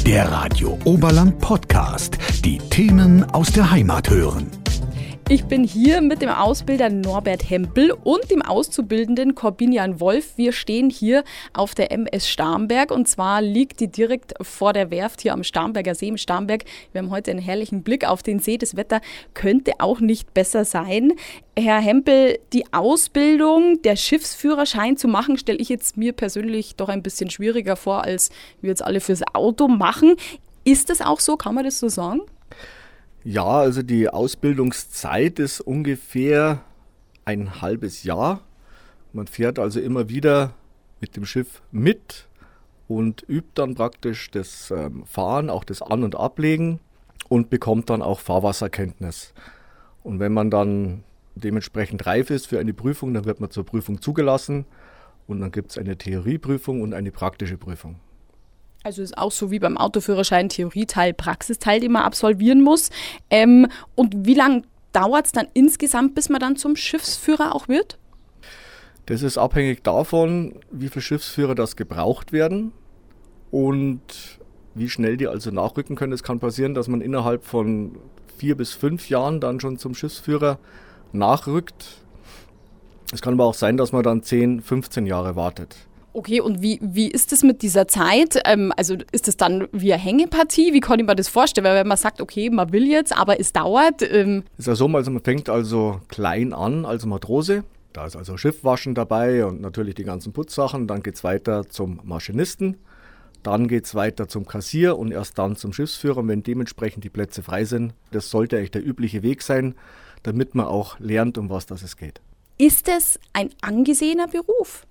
Der Radio Oberland Podcast. Die Themen aus der Heimat hören. Ich bin hier mit dem Ausbilder Norbert Hempel und dem Auszubildenden Corbinian Wolf. Wir stehen hier auf der MS Starnberg und zwar liegt die direkt vor der Werft hier am Starnberger See im Starnberg. Wir haben heute einen herrlichen Blick auf den See. Das Wetter könnte auch nicht besser sein. Herr Hempel, die Ausbildung, der Schiffsführerschein zu machen, stelle ich jetzt mir persönlich doch ein bisschen schwieriger vor, als wir jetzt alle fürs Auto machen. Ist das auch so? Kann man das so sagen? Ja, also die Ausbildungszeit ist ungefähr ein halbes Jahr. Man fährt also immer wieder mit dem Schiff mit und übt dann praktisch das Fahren, auch das An- und Ablegen und bekommt dann auch Fahrwasserkenntnis. Und wenn man dann dementsprechend reif ist für eine Prüfung, dann wird man zur Prüfung zugelassen und dann gibt es eine Theorieprüfung und eine praktische Prüfung. Also ist auch so wie beim Autoführerschein Theorieteil, Praxisteil, den man absolvieren muss. Und wie lange dauert es dann insgesamt, bis man dann zum Schiffsführer auch wird? Das ist abhängig davon, wie viele Schiffsführer das gebraucht werden und wie schnell die also nachrücken können. Es kann passieren, dass man innerhalb von 4 bis 5 Jahren dann schon zum Schiffsführer nachrückt. Es kann aber auch sein, dass man dann 10, 15 Jahre wartet. Okay, und wie ist es mit dieser Zeit? Also ist es dann wie eine Hängepartie? Wie kann ich mir das vorstellen? Weil wenn man sagt, okay, man will jetzt, aber es dauert. Es ist ja so, also man fängt also klein an als Matrose. Da ist also Schiffwaschen dabei und natürlich die ganzen Putzsachen. Dann geht es weiter zum Maschinisten. Dann geht es weiter zum Kassier und erst dann zum Schiffsführer. Und wenn dementsprechend die Plätze frei sind, das sollte eigentlich der übliche Weg sein, damit man auch lernt, um was es geht. Ist es ein angesehener Beruf?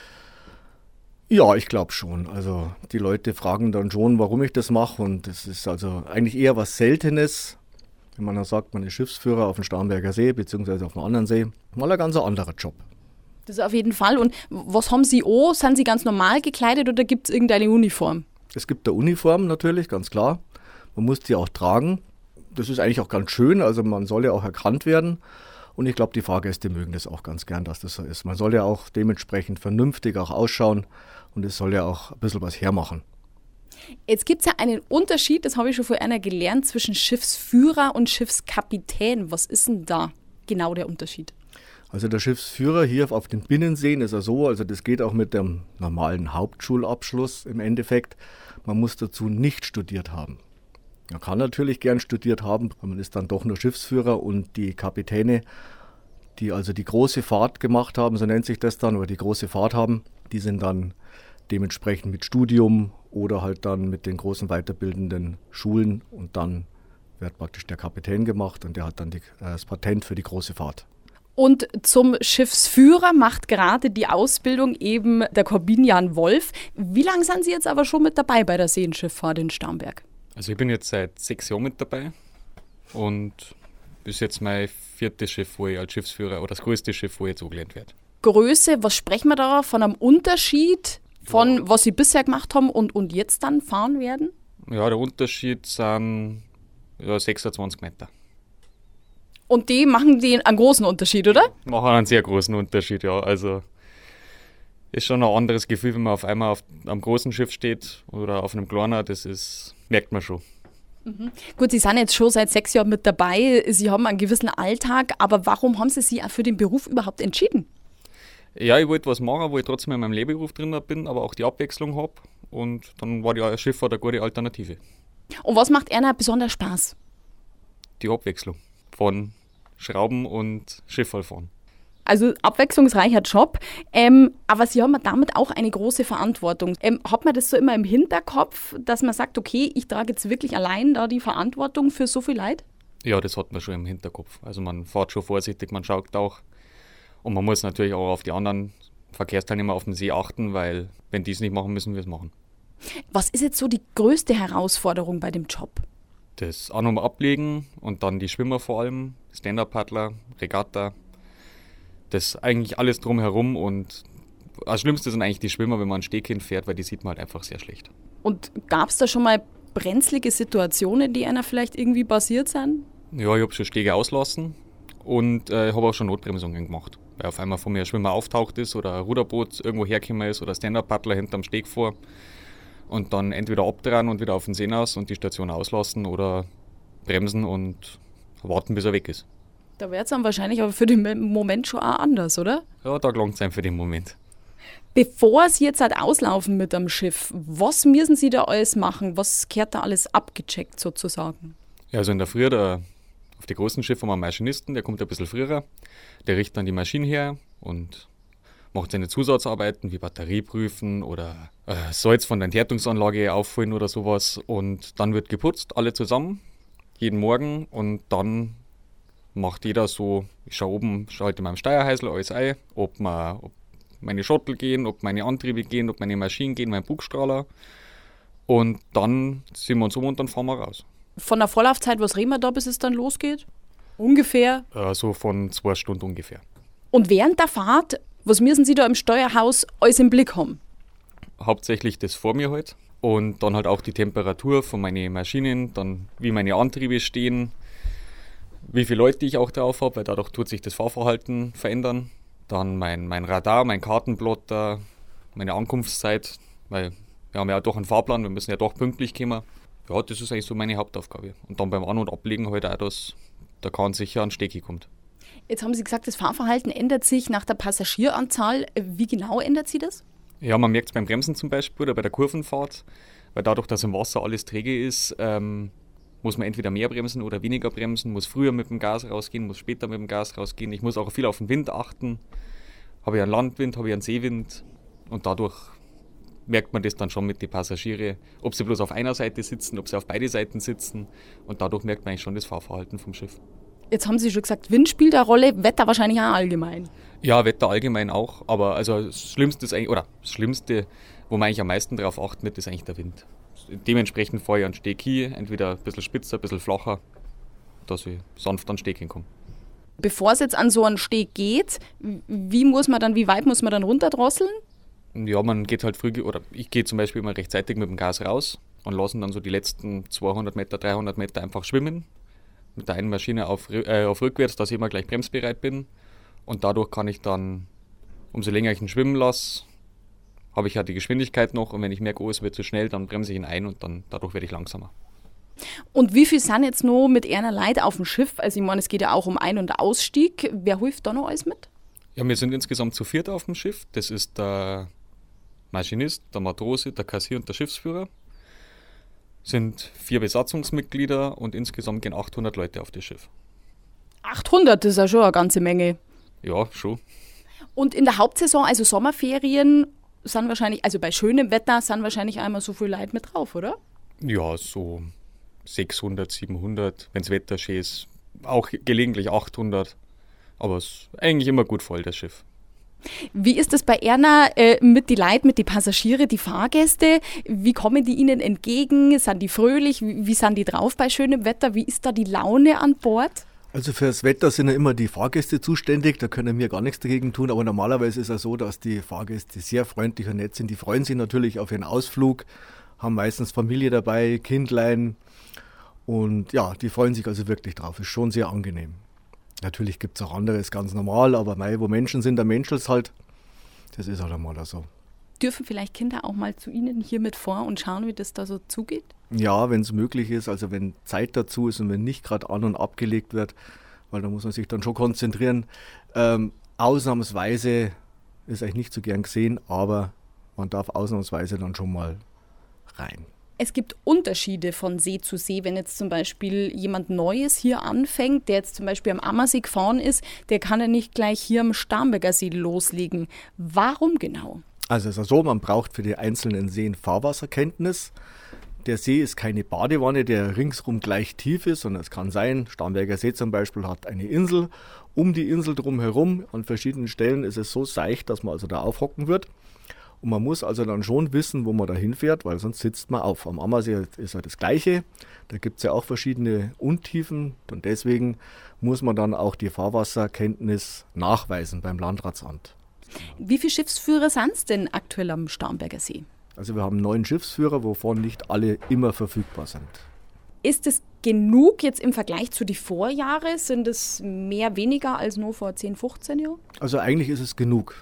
Ja, ich glaube schon. Also die Leute fragen dann schon, warum ich das mache und das ist also eigentlich eher was Seltenes, wenn man dann sagt, man ist Schiffsführer auf dem Starnberger See bzw. auf einem anderen See. Mal ein ganz anderer Job. Das ist auf jeden Fall. Und was haben Sie an? Sind Sie ganz normal gekleidet oder gibt es irgendeine Uniform? Es gibt eine Uniform natürlich, ganz klar. Man muss die auch tragen. Das ist eigentlich auch ganz schön, also man soll ja auch erkannt werden. Und ich glaube, die Fahrgäste mögen das auch ganz gern, dass das so ist. Man soll ja auch dementsprechend vernünftig auch ausschauen und es soll ja auch ein bisschen was hermachen. Jetzt gibt es ja einen Unterschied, das habe ich schon vor einer gelernt, zwischen Schiffsführer und Schiffskapitän. Was ist denn da genau der Unterschied? Also der Schiffsführer hier auf den Binnenseen ist ja so, also das geht auch mit dem normalen Hauptschulabschluss im Endeffekt. Man muss dazu nicht studiert haben. Man kann natürlich gern studiert haben, aber man ist dann doch nur Schiffsführer und die Kapitäne, die also die große Fahrt gemacht haben, so nennt sich das dann, oder die große Fahrt haben, die sind dann dementsprechend mit Studium oder halt dann mit den großen weiterbildenden Schulen und dann wird praktisch der Kapitän gemacht und der hat dann das Patent für die große Fahrt. Und zum Schiffsführer macht gerade die Ausbildung eben der Corbinian Wolf. Wie lange sind Sie jetzt aber schon mit dabei bei der Seenschifffahrt in Starnberg? Also ich bin jetzt seit 6 Jahren mit dabei und bis jetzt mein 4. Schiff, wo ich als Schiffsführer oder das größte Schiff, wo ich jetzt angelernt werde. Größe, was sprechen wir da von einem Unterschied von was Sie bisher gemacht haben und jetzt dann fahren werden? Ja, der Unterschied sind 26 Meter. Und die machen einen großen Unterschied, oder? Machen einen sehr großen Unterschied, ja. Also ist schon ein anderes Gefühl, wenn man auf einmal am großen Schiff steht oder auf einem kleinen, merkt man schon. Mhm. Gut, Sie sind jetzt schon seit 6 Jahren mit dabei, Sie haben einen gewissen Alltag, aber warum haben Sie sich auch für den Beruf überhaupt entschieden? Ja, ich wollte was machen, wo ich trotzdem in meinem Lehrberuf drin bin, aber auch die Abwechslung habe und dann war die Schifffahrt eine gute Alternative. Und was macht Ihnen besonders Spaß? Die Abwechslung von Schrauben und Schifffahrt fahren. Also abwechslungsreicher Job, aber Sie haben damit auch eine große Verantwortung. Hat man das so immer im Hinterkopf, dass man sagt, okay, ich trage jetzt wirklich allein da die Verantwortung für so viel Leid? Ja, das hat man schon im Hinterkopf. Also man fährt schon vorsichtig, man schaut auch. Und man muss natürlich auch auf die anderen Verkehrsteilnehmer auf dem See achten, weil wenn die es nicht machen, müssen wir es machen. Was ist jetzt so die größte Herausforderung bei dem Job? Das An- und Ablegen und dann die Schwimmer vor allem, Stand-Up-Paddler, Regatta. Das eigentlich alles drumherum und das Schlimmste sind eigentlich die Schwimmer, wenn man einen Steg hinfährt, weil die sieht man halt einfach sehr schlecht. Und gab es da schon mal brenzlige Situationen, die einer vielleicht irgendwie passiert sind? Ja, ich habe schon Stege auslassen und habe auch schon Notbremsungen gemacht. Weil auf einmal von mir ein Schwimmer auftaucht ist oder ein Ruderboot irgendwo hergekommen ist oder Stand-Up-Paddler hinterm Steg vor. und dann entweder abdrehen und wieder auf den See aus und die Station auslassen oder bremsen und warten, bis er weg ist. Da wäre es dann wahrscheinlich aber für den Moment schon auch anders, oder? Ja, da gelangt es einem für den Moment. Bevor Sie jetzt halt auslaufen mit am Schiff, was müssen Sie da alles machen? Was gehört da alles abgecheckt sozusagen? Ja, also in der Früh, auf die großen Schiffe haben wir einen Maschinisten, der kommt ein bisschen früher. Der richtet dann die Maschine her und macht seine Zusatzarbeiten wie Batterie prüfen oder Salz von der Enthärtungsanlage auffüllen oder sowas. Und dann wird geputzt, alle zusammen, jeden Morgen. Und dann macht jeder so, ich schaue oben, schalte in meinem Steuerhäusl alles ein, ob meine Shuttle gehen, ob meine Antriebe gehen, ob meine Maschinen gehen, mein Bugstrahler. Und dann sind wir uns und dann fahren wir raus. Von der Vorlaufzeit, was reden wir da, bis es dann losgeht? Ungefähr? So von 2 Stunden ungefähr. Und während der Fahrt, was müssen Sie da im Steuerhaus alles im Blick haben? Hauptsächlich das vor mir halt. Und dann halt auch die Temperatur von meinen Maschinen, dann wie meine Antriebe stehen, wie viele Leute ich auch drauf habe, weil dadurch tut sich das Fahrverhalten verändern. Dann mein Radar, mein Kartenplotter, meine Ankunftszeit, weil wir haben ja doch einen Fahrplan, wir müssen ja doch pünktlich kommen. Ja, das ist eigentlich so meine Hauptaufgabe. Und dann beim An- und Ablegen halt auch, dass der Kahn sicher an Stecki kommt. Jetzt haben Sie gesagt, das Fahrverhalten ändert sich nach der Passagieranzahl. Wie genau ändert sich das? Ja, man merkt es beim Bremsen zum Beispiel oder bei der Kurvenfahrt, weil dadurch, dass im Wasser alles träge ist, muss man entweder mehr bremsen oder weniger bremsen, muss früher mit dem Gas rausgehen, muss später mit dem Gas rausgehen. Ich muss auch viel auf den Wind achten. Habe ich einen Landwind, habe ich einen Seewind und dadurch merkt man das dann schon mit den Passagieren, ob sie bloß auf einer Seite sitzen, ob sie auf beide Seiten sitzen und dadurch merkt man eigentlich schon das Fahrverhalten vom Schiff. Jetzt haben Sie schon gesagt, Wind spielt eine Rolle, Wetter wahrscheinlich auch allgemein. Ja, Wetter allgemein auch, aber also das Schlimmste, wo man eigentlich am meisten drauf achten wird, ist eigentlich der Wind. Dementsprechend fahre ich an Steg hin, entweder ein bisschen spitzer, ein bisschen flacher, dass ich sanft an Steg hinkomme. Bevor es jetzt an so einen Steg geht, wie weit muss man dann runterdrosseln? Ja, man geht halt früh, oder ich gehe zum Beispiel immer rechtzeitig mit dem Gas raus und lasse dann so die letzten 200 Meter, 300 Meter einfach schwimmen. Mit der einen Maschine auf rückwärts, dass ich immer gleich bremsbereit bin. Und dadurch kann ich dann, umso länger ich ihn schwimmen lasse, habe ich ja die Geschwindigkeit noch. Und wenn ich merke, es wird zu schnell, dann bremse ich ihn ein und dann dadurch werde ich langsamer. Und wie viel sind jetzt noch mit einer Leute auf dem Schiff? Also ich meine, es geht ja auch um Ein- und Ausstieg. Wer hilft da noch alles mit? Ja, wir sind insgesamt zu 4 auf dem Schiff. Das ist der Maschinist, der Matrose, der Kassier und der Schiffsführer. Sind 4 Besatzungsmitglieder und insgesamt gehen 800 Leute auf das Schiff. 800, das ist ja schon eine ganze Menge. Ja, schon. Und in der Hauptsaison, also Sommerferien, sind wahrscheinlich, also bei schönem Wetter, sind wahrscheinlich einmal so viele Leute mit drauf, oder? Ja, so 600, 700, wenn das Wetter schön ist. Auch gelegentlich 800. Aber es ist eigentlich immer gut voll, das Schiff. Wie ist das bei Erna mit den Leuten, mit den Passagieren, die Fahrgäste? Wie kommen die Ihnen entgegen? Sind die fröhlich? Wie sind die drauf bei schönem Wetter? Wie ist da die Laune an Bord? Also für das Wetter sind ja immer die Fahrgäste zuständig, da können wir gar nichts dagegen tun, aber normalerweise ist es so, dass die Fahrgäste sehr freundlich und nett sind. Die freuen sich natürlich auf ihren Ausflug, haben meistens Familie dabei, Kindlein und ja, die freuen sich also wirklich drauf, ist schon sehr angenehm. Natürlich gibt es auch anderes, ganz normal, aber wo Menschen sind, der Menschels halt, das ist halt einmal so. Dürfen vielleicht Kinder auch mal zu Ihnen hier mit vor und schauen, wie das da so zugeht? Ja, wenn es möglich ist, also wenn Zeit dazu ist und wenn nicht gerade an- und abgelegt wird, weil da muss man sich dann schon konzentrieren. Ausnahmsweise ist eigentlich nicht so gern gesehen, aber man darf ausnahmsweise dann schon mal rein. Es gibt Unterschiede von See zu See. Wenn jetzt zum Beispiel jemand Neues hier anfängt, der jetzt zum Beispiel am Ammersee gefahren ist, der kann ja nicht gleich hier am Starnberger See loslegen. Warum genau? Also es ist so, man braucht für die einzelnen Seen Fahrwasserkenntnis. Der See ist keine Badewanne, der ringsrum gleich tief ist, sondern es kann sein, Starnberger See zum Beispiel hat eine Insel. Um die Insel drumherum, an verschiedenen Stellen ist es so seicht, dass man also da aufhocken wird. Und man muss also dann schon wissen, wo man da hinfährt, weil sonst sitzt man auf. Am Ammersee ist ja das Gleiche. Da gibt es ja auch verschiedene Untiefen und deswegen muss man dann auch die Fahrwasserkenntnis nachweisen beim Landratsamt. Wie viele Schiffsführer sind es denn aktuell am Starnberger See? Also wir haben 9 Schiffsführer, wovon nicht alle immer verfügbar sind. Ist es genug jetzt im Vergleich zu den Vorjahren? Sind es mehr, weniger als nur vor 10, 15 Jahren? Also eigentlich ist es genug.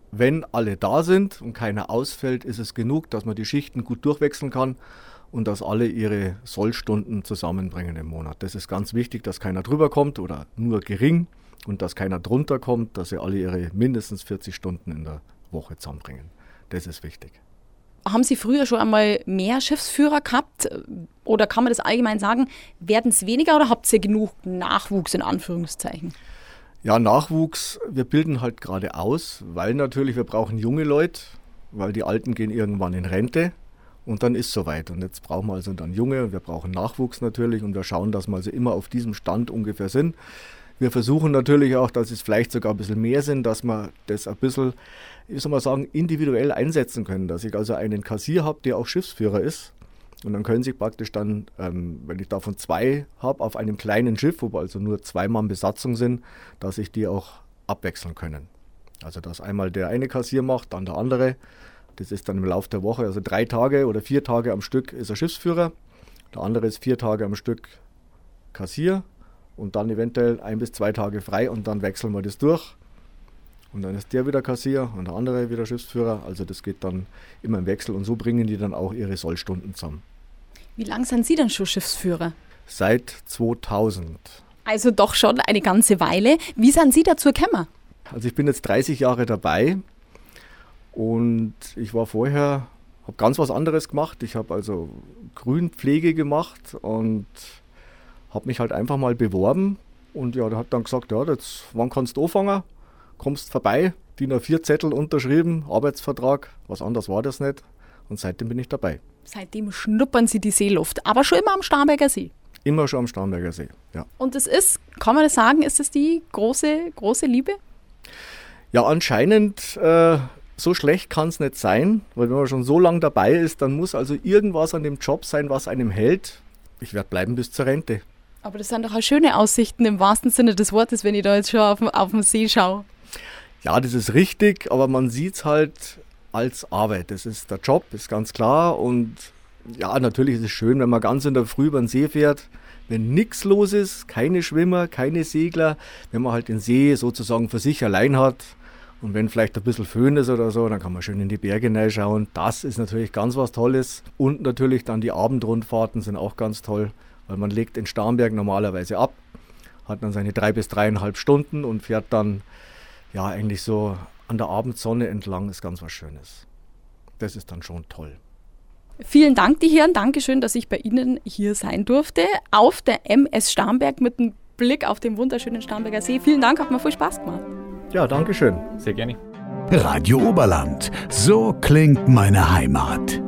wenn alle da sind und keiner ausfällt, ist es genug, dass man die Schichten gut durchwechseln kann und dass alle ihre Sollstunden zusammenbringen im Monat. Das ist ganz wichtig, dass keiner drüber kommt oder nur gering und dass keiner drunter kommt, dass sie alle ihre mindestens 40 Stunden in der Woche zusammenbringen. Das ist wichtig. Haben Sie früher schon einmal mehr Schiffsführer gehabt oder kann man das allgemein sagen, werden es weniger oder habt ihr genug Nachwuchs in Anführungszeichen? Ja, Nachwuchs, wir bilden halt gerade aus, weil natürlich wir brauchen junge Leute, weil die Alten gehen irgendwann in Rente und dann ist soweit. Und jetzt brauchen wir also dann Junge und wir brauchen Nachwuchs natürlich und wir schauen, dass wir also immer auf diesem Stand ungefähr sind. Wir versuchen natürlich auch, dass es vielleicht sogar ein bisschen mehr sind, dass wir das ein bisschen, wie soll man sagen, individuell einsetzen können. Dass ich also einen Kassier habe, der auch Schiffsführer ist. Und dann können sich praktisch dann, wenn ich davon 2 habe, auf einem kleinen Schiff, wo also nur 2 Mann Besatzung sind, dass sich die auch abwechseln können. Also dass einmal der eine Kassier macht, dann der andere. Das ist dann im Laufe der Woche, also 3 Tage oder 4 Tage am Stück ist er Schiffsführer. Der andere ist 4 Tage am Stück Kassier. Und dann eventuell 1 bis 2 Tage frei und dann wechseln wir das durch. Und dann ist der wieder Kassier und der andere wieder Schiffsführer. Also das geht dann immer im Wechsel und so bringen die dann auch ihre Sollstunden zusammen. Wie lange sind Sie denn schon Schiffsführer? Seit 2000. Also doch schon eine ganze Weile. Wie sind Sie dazu gekommen? Also ich bin jetzt 30 Jahre dabei und ich war vorher, habe ganz was anderes gemacht. Ich habe also Grünpflege gemacht und habe mich halt einfach mal beworben und ja, der hat dann gesagt, ja, jetzt, wann kannst du anfangen? Kommst vorbei, DIN A4 Zettel unterschrieben, Arbeitsvertrag, was anderes war das nicht und seitdem bin ich dabei. Seitdem schnuppern Sie die Seeluft, aber schon immer am Starnberger See? Immer schon am Starnberger See, ja. Und das ist, kann man das sagen, ist das die große Liebe? Ja, anscheinend so schlecht kann es nicht sein, weil wenn man schon so lange dabei ist, dann muss also irgendwas an dem Job sein, was einem hält. Ich werde bleiben bis zur Rente. Aber das sind doch auch schöne Aussichten im wahrsten Sinne des Wortes, wenn ich da jetzt schon auf den See schaue. Ja, das ist richtig, aber man sieht es halt als Arbeit. Das ist der Job, ist ganz klar. Und ja, natürlich ist es schön, wenn man ganz in der Früh über den See fährt, wenn nichts los ist, keine Schwimmer, keine Segler, wenn man halt den See sozusagen für sich allein hat. Und wenn vielleicht ein bisschen Föhn ist oder so, dann kann man schön in die Berge reinschauen. Das ist natürlich ganz was Tolles. Und natürlich dann die Abendrundfahrten sind auch ganz toll. Weil man legt in Starnberg normalerweise ab, hat dann seine 3 bis 3,5 Stunden und fährt dann ja eigentlich so an der Abendsonne entlang, ist ganz was Schönes. Das ist dann schon toll. Vielen Dank, die Herren. Dankeschön, dass ich bei Ihnen hier sein durfte. Auf der MS Starnberg mit einem Blick auf den wunderschönen Starnberger See. Vielen Dank, hat mir viel Spaß gemacht. Ja, danke schön. Sehr gerne. Radio Oberland. So klingt meine Heimat.